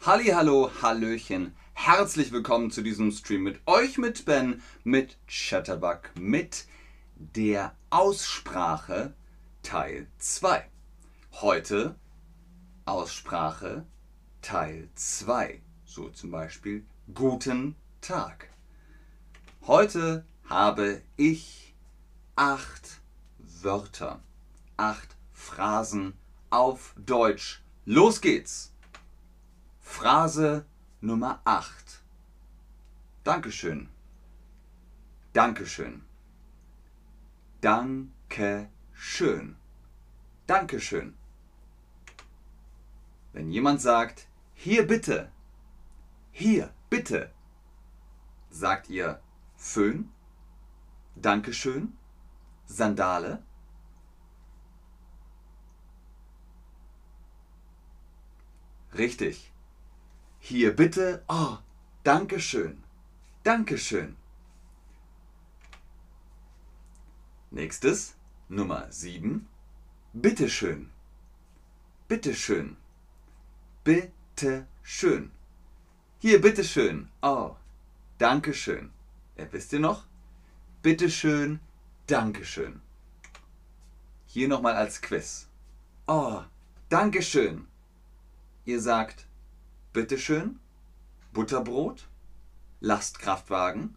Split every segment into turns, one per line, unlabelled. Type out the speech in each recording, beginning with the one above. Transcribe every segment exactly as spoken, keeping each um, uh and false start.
Hallihallo, Hallöchen, herzlich willkommen zu diesem Stream mit euch, mit Ben, mit Chatterbug, mit der Aussprache Teil zwei. Heute Aussprache Teil zwei, so zum Beispiel Guten Tag. Heute habe ich acht Wörter, acht Phrasen auf Deutsch. Los geht's! Phrase Nummer acht. Dankeschön. Dankeschön. Dankeschön. Dankeschön. Wenn jemand sagt, hier bitte, hier bitte, sagt ihr Föhn, Dankeschön, Sandale? Richtig. Hier bitte, oh, Dankeschön, Dankeschön. Nächstes, Nummer sieben. Bitteschön, bitteschön, bitteschön. Hier, bitteschön, oh, Dankeschön. Ja, wisst ihr noch? Bitteschön, Dankeschön. Hier nochmal als Quiz. Oh, Dankeschön. Ihr sagt bitteschön, Butterbrot, Lastkraftwagen.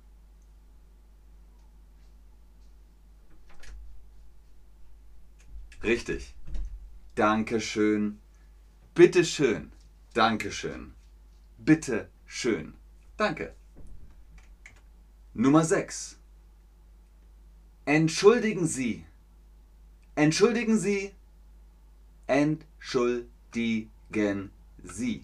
Richtig. Dankeschön, bitteschön, Dankeschön, bitteschön, danke. Nummer sechs. Entschuldigen Sie. Entschuldigen Sie. Entschuldigen Sie.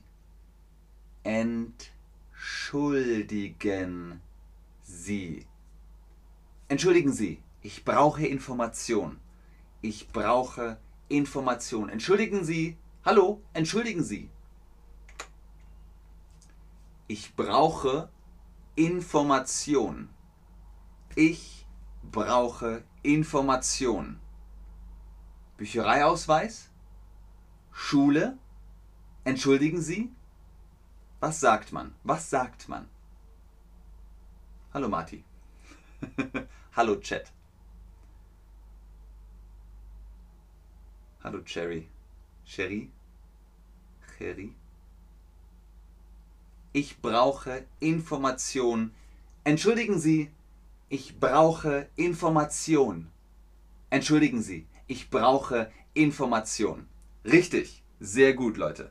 Entschuldigen Sie. Entschuldigen Sie, ich brauche Information. Ich brauche Information. Entschuldigen Sie. Hallo, entschuldigen Sie. Ich brauche Information. Ich brauche Information. Büchereiausweis? Schule? Entschuldigen Sie? Was sagt man? Was sagt man? Hallo Marti. Hallo Chat. Hallo Cherry. Cherry? Cherry? Ich brauche Information. Entschuldigen Sie, ich brauche Information. Entschuldigen Sie, ich brauche Information. Richtig, sehr gut, Leute.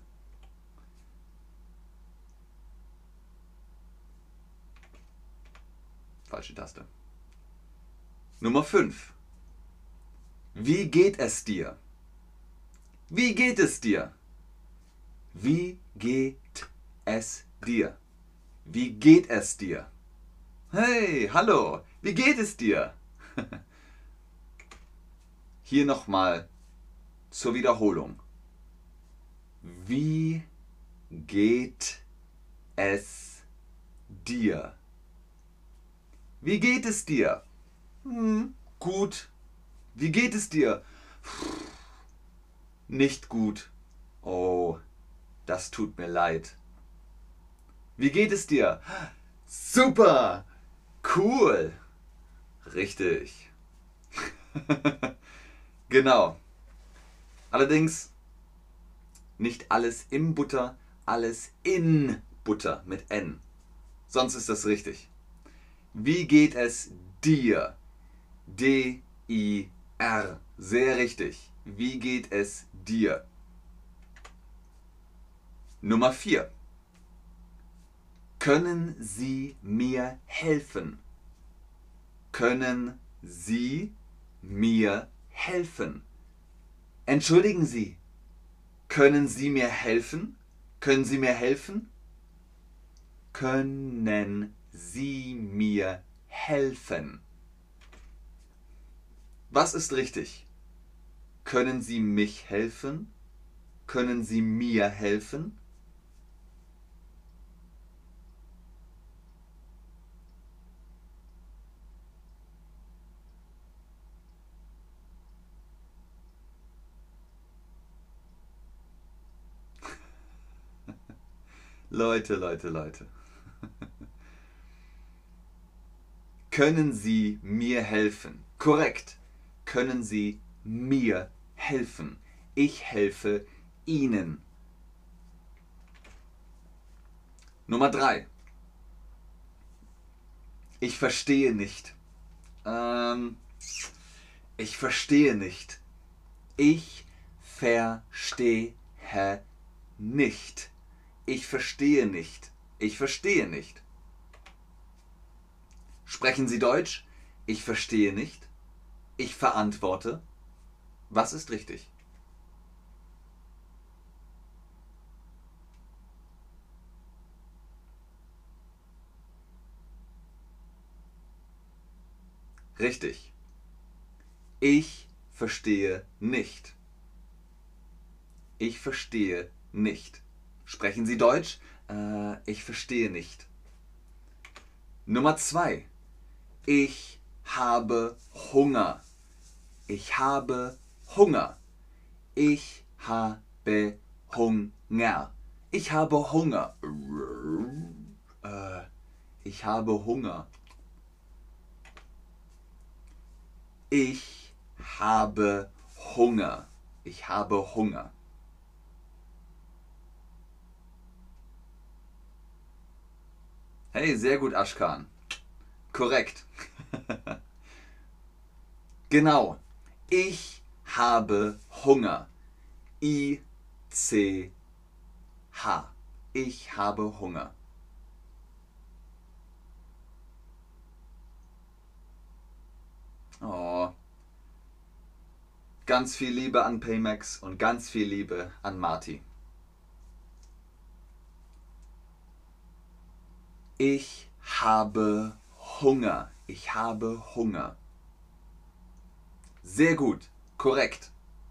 Falsche Taste. Nummer fünf. Wie geht es dir? Wie geht es dir? Wie geht es dir? Wie geht es dir? Hey, hallo, wie geht es dir? Hier nochmal zur Wiederholung. Wie geht es dir? Wie geht es dir? Hm, gut. Wie geht es dir? Nicht gut. Oh, das tut mir leid. Wie geht es dir? Super! Cool! Richtig. Genau. Allerdings nicht alles im Butter, alles in Butter mit N. Sonst ist das richtig. Wie geht es dir? D I R. Sehr richtig. Wie geht es dir? Nummer vier. Können Sie mir helfen? Können Sie mir helfen? Entschuldigen Sie, können Sie mir helfen? Können Sie mir helfen? Können Sie mir helfen? Was ist richtig? Können Sie mich helfen? Können Sie mir helfen? Leute, Leute, Leute. Können Sie mir helfen? Korrekt. Können Sie mir helfen? Ich helfe Ihnen. Nummer drei. Ich verstehe nicht. Ähm, ich verstehe nicht. Ich verstehe nicht. Ich verstehe nicht. Ich verstehe nicht. Sprechen Sie Deutsch? Ich verstehe nicht. Ich verantworte. Was ist richtig? Richtig. Ich verstehe nicht. Ich verstehe nicht. Sprechen Sie Deutsch? Äh, ich verstehe nicht. Nummer zwei. Ich habe Hunger. Ich habe Hunger. Ich habe Hunger. Ich habe Hunger. Äh, ich habe Hunger. Ich habe Hunger. Ich habe Hunger. Hey, sehr gut, Ashkan. Korrekt. Genau. Ich habe Hunger. I C H. Ich habe Hunger. Oh. Ganz viel Liebe an Paymax und ganz viel Liebe an Marty. Ich habe Hunger. Ich habe Hunger. Sehr gut. Korrekt.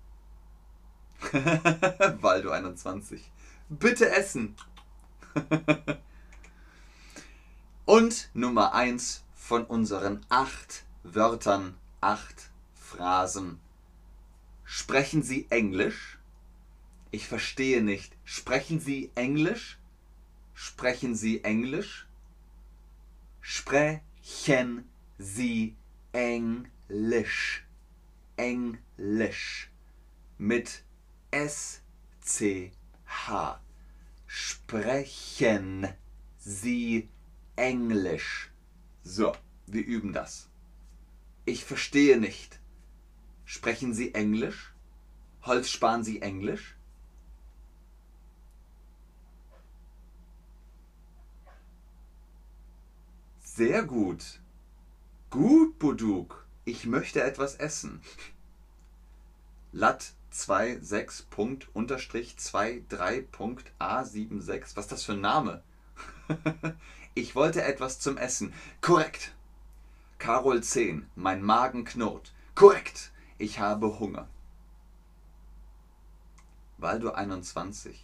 Waldo einundzwanzig. Bitte essen. Und Nummer eins von unseren acht Wörtern, acht Phrasen. Sprechen Sie Englisch? Ich verstehe nicht. Sprechen Sie Englisch? Sprechen Sie Englisch? Sprechen Sie Englisch? Englisch. Mit S C H. Sprechen Sie Englisch. So, wir üben das. Ich verstehe nicht. Sprechen Sie Englisch? Holz, sparen Sie Englisch? Sehr gut. Gut, Buduk. Ich möchte etwas essen. Lat sechsundzwanzig Punkt unterstrich drei Punkt A sechsundsiebzig. Was ist das für ein Name? Ich wollte etwas zum Essen. Korrekt. Carol zehn. Mein Magen knurrt. Korrekt. Ich habe Hunger. Waldo einundzwanzig.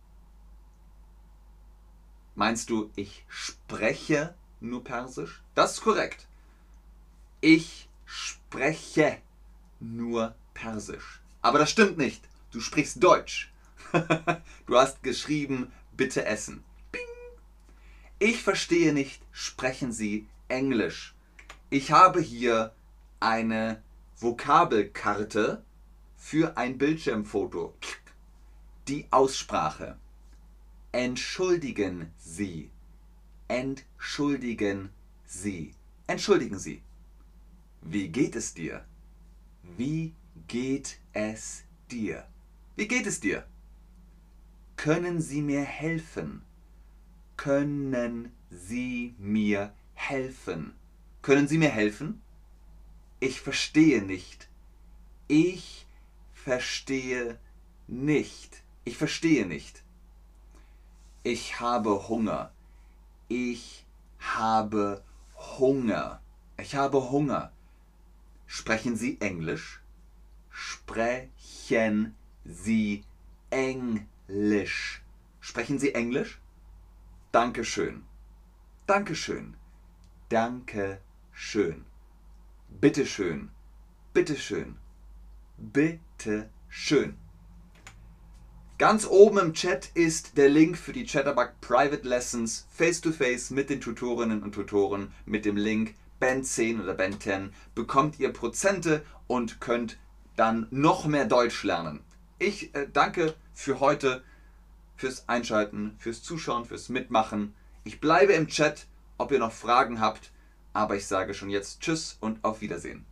Meinst du, ich spreche nur Persisch? Das ist korrekt. Ich spreche nur Persisch. Aber das stimmt nicht. Du sprichst Deutsch. Du hast geschrieben, bitte essen. Bing. Ich verstehe nicht, sprechen Sie Englisch. Ich habe hier eine Vokabelkarte für ein Bildschirmfoto. Die Aussprache. Entschuldigen Sie. Entschuldigen Sie. Entschuldigen Sie. Wie geht es dir? Wie geht es dir? Wie geht es dir? Können Sie mir helfen? Können Sie mir helfen? Können Sie mir helfen? Ich verstehe nicht. Ich verstehe nicht. Ich verstehe nicht. Ich habe Hunger. Ich habe Hunger. Ich habe Hunger. Sprechen Sie Englisch? Sprechen Sie Englisch? Sprechen Sie Englisch? Dankeschön. Dankeschön. Dankeschön. Bitteschön. Bitteschön. Bitteschön. Ganz oben im Chat ist der Link für die Chatterbug Private Lessons face-to-face mit den Tutorinnen und Tutoren. Mit dem Link Band zehn oder Band zehn bekommt ihr Prozente und könnt dann noch mehr Deutsch lernen. Ich äh, danke für heute, fürs Einschalten, fürs Zuschauen, fürs Mitmachen. Ich bleibe im Chat, ob ihr noch Fragen habt, aber ich sage schon jetzt Tschüss und auf Wiedersehen.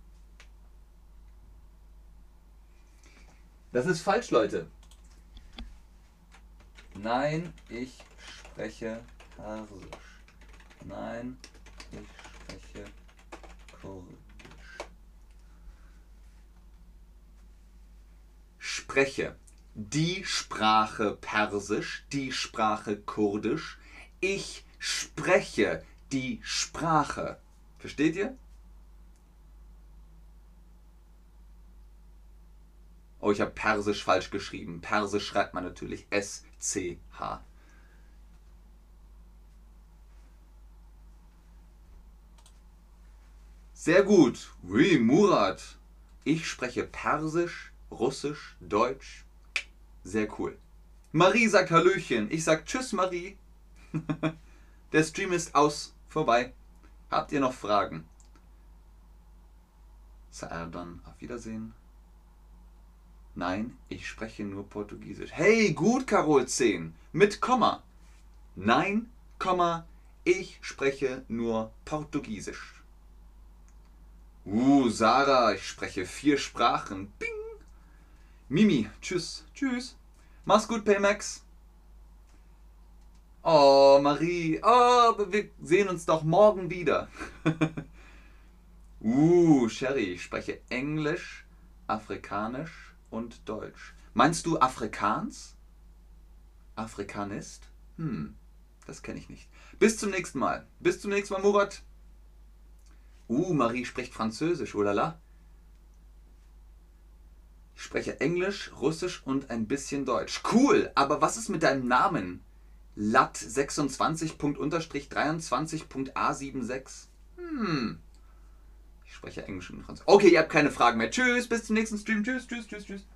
Das ist falsch, Leute. Nein, ich spreche Persisch. Nein, ich spreche Kurdisch. Spreche die Sprache Persisch, die Sprache Kurdisch. Ich spreche die Sprache. Versteht ihr? Oh, ich habe Persisch falsch geschrieben. Persisch schreibt man natürlich S C H. Sehr gut. Oui, Murat. Ich spreche Persisch, Russisch, Deutsch. Sehr cool. Marie sagt Hallöchen. Ich sag Tschüss, Marie. Der Stream ist aus. Vorbei. Habt ihr noch Fragen? Dann auf Wiedersehen. Nein, ich spreche nur Portugiesisch. Hey, gut, Carol zehn. Mit Komma. Nein, Komma, ich spreche nur Portugiesisch. Uh, Sarah, ich spreche vier Sprachen. Bing. Mimi, tschüss. Tschüss. Mach's gut, Paymax. Oh, Marie. Oh, wir sehen uns doch morgen wieder. uh, Sherry, ich spreche Englisch, Afrikanisch und Deutsch. Meinst du Afrikaans? Afrikanist? Hm, das kenne ich nicht. Bis zum nächsten Mal. Bis zum nächsten Mal, Murat. Uh, Marie spricht Französisch, oh la la. Ich spreche Englisch, Russisch und ein bisschen Deutsch. Cool, aber was ist mit deinem Namen? Lat sechsundzwanzig dreiundzwanzig A sechsundsiebzig. Hm. Ich spreche Englisch und Französisch. Okay, ihr habt keine Fragen mehr. Tschüss, bis zum nächsten Stream. Tschüss, tschüss, tschüss, tschüss.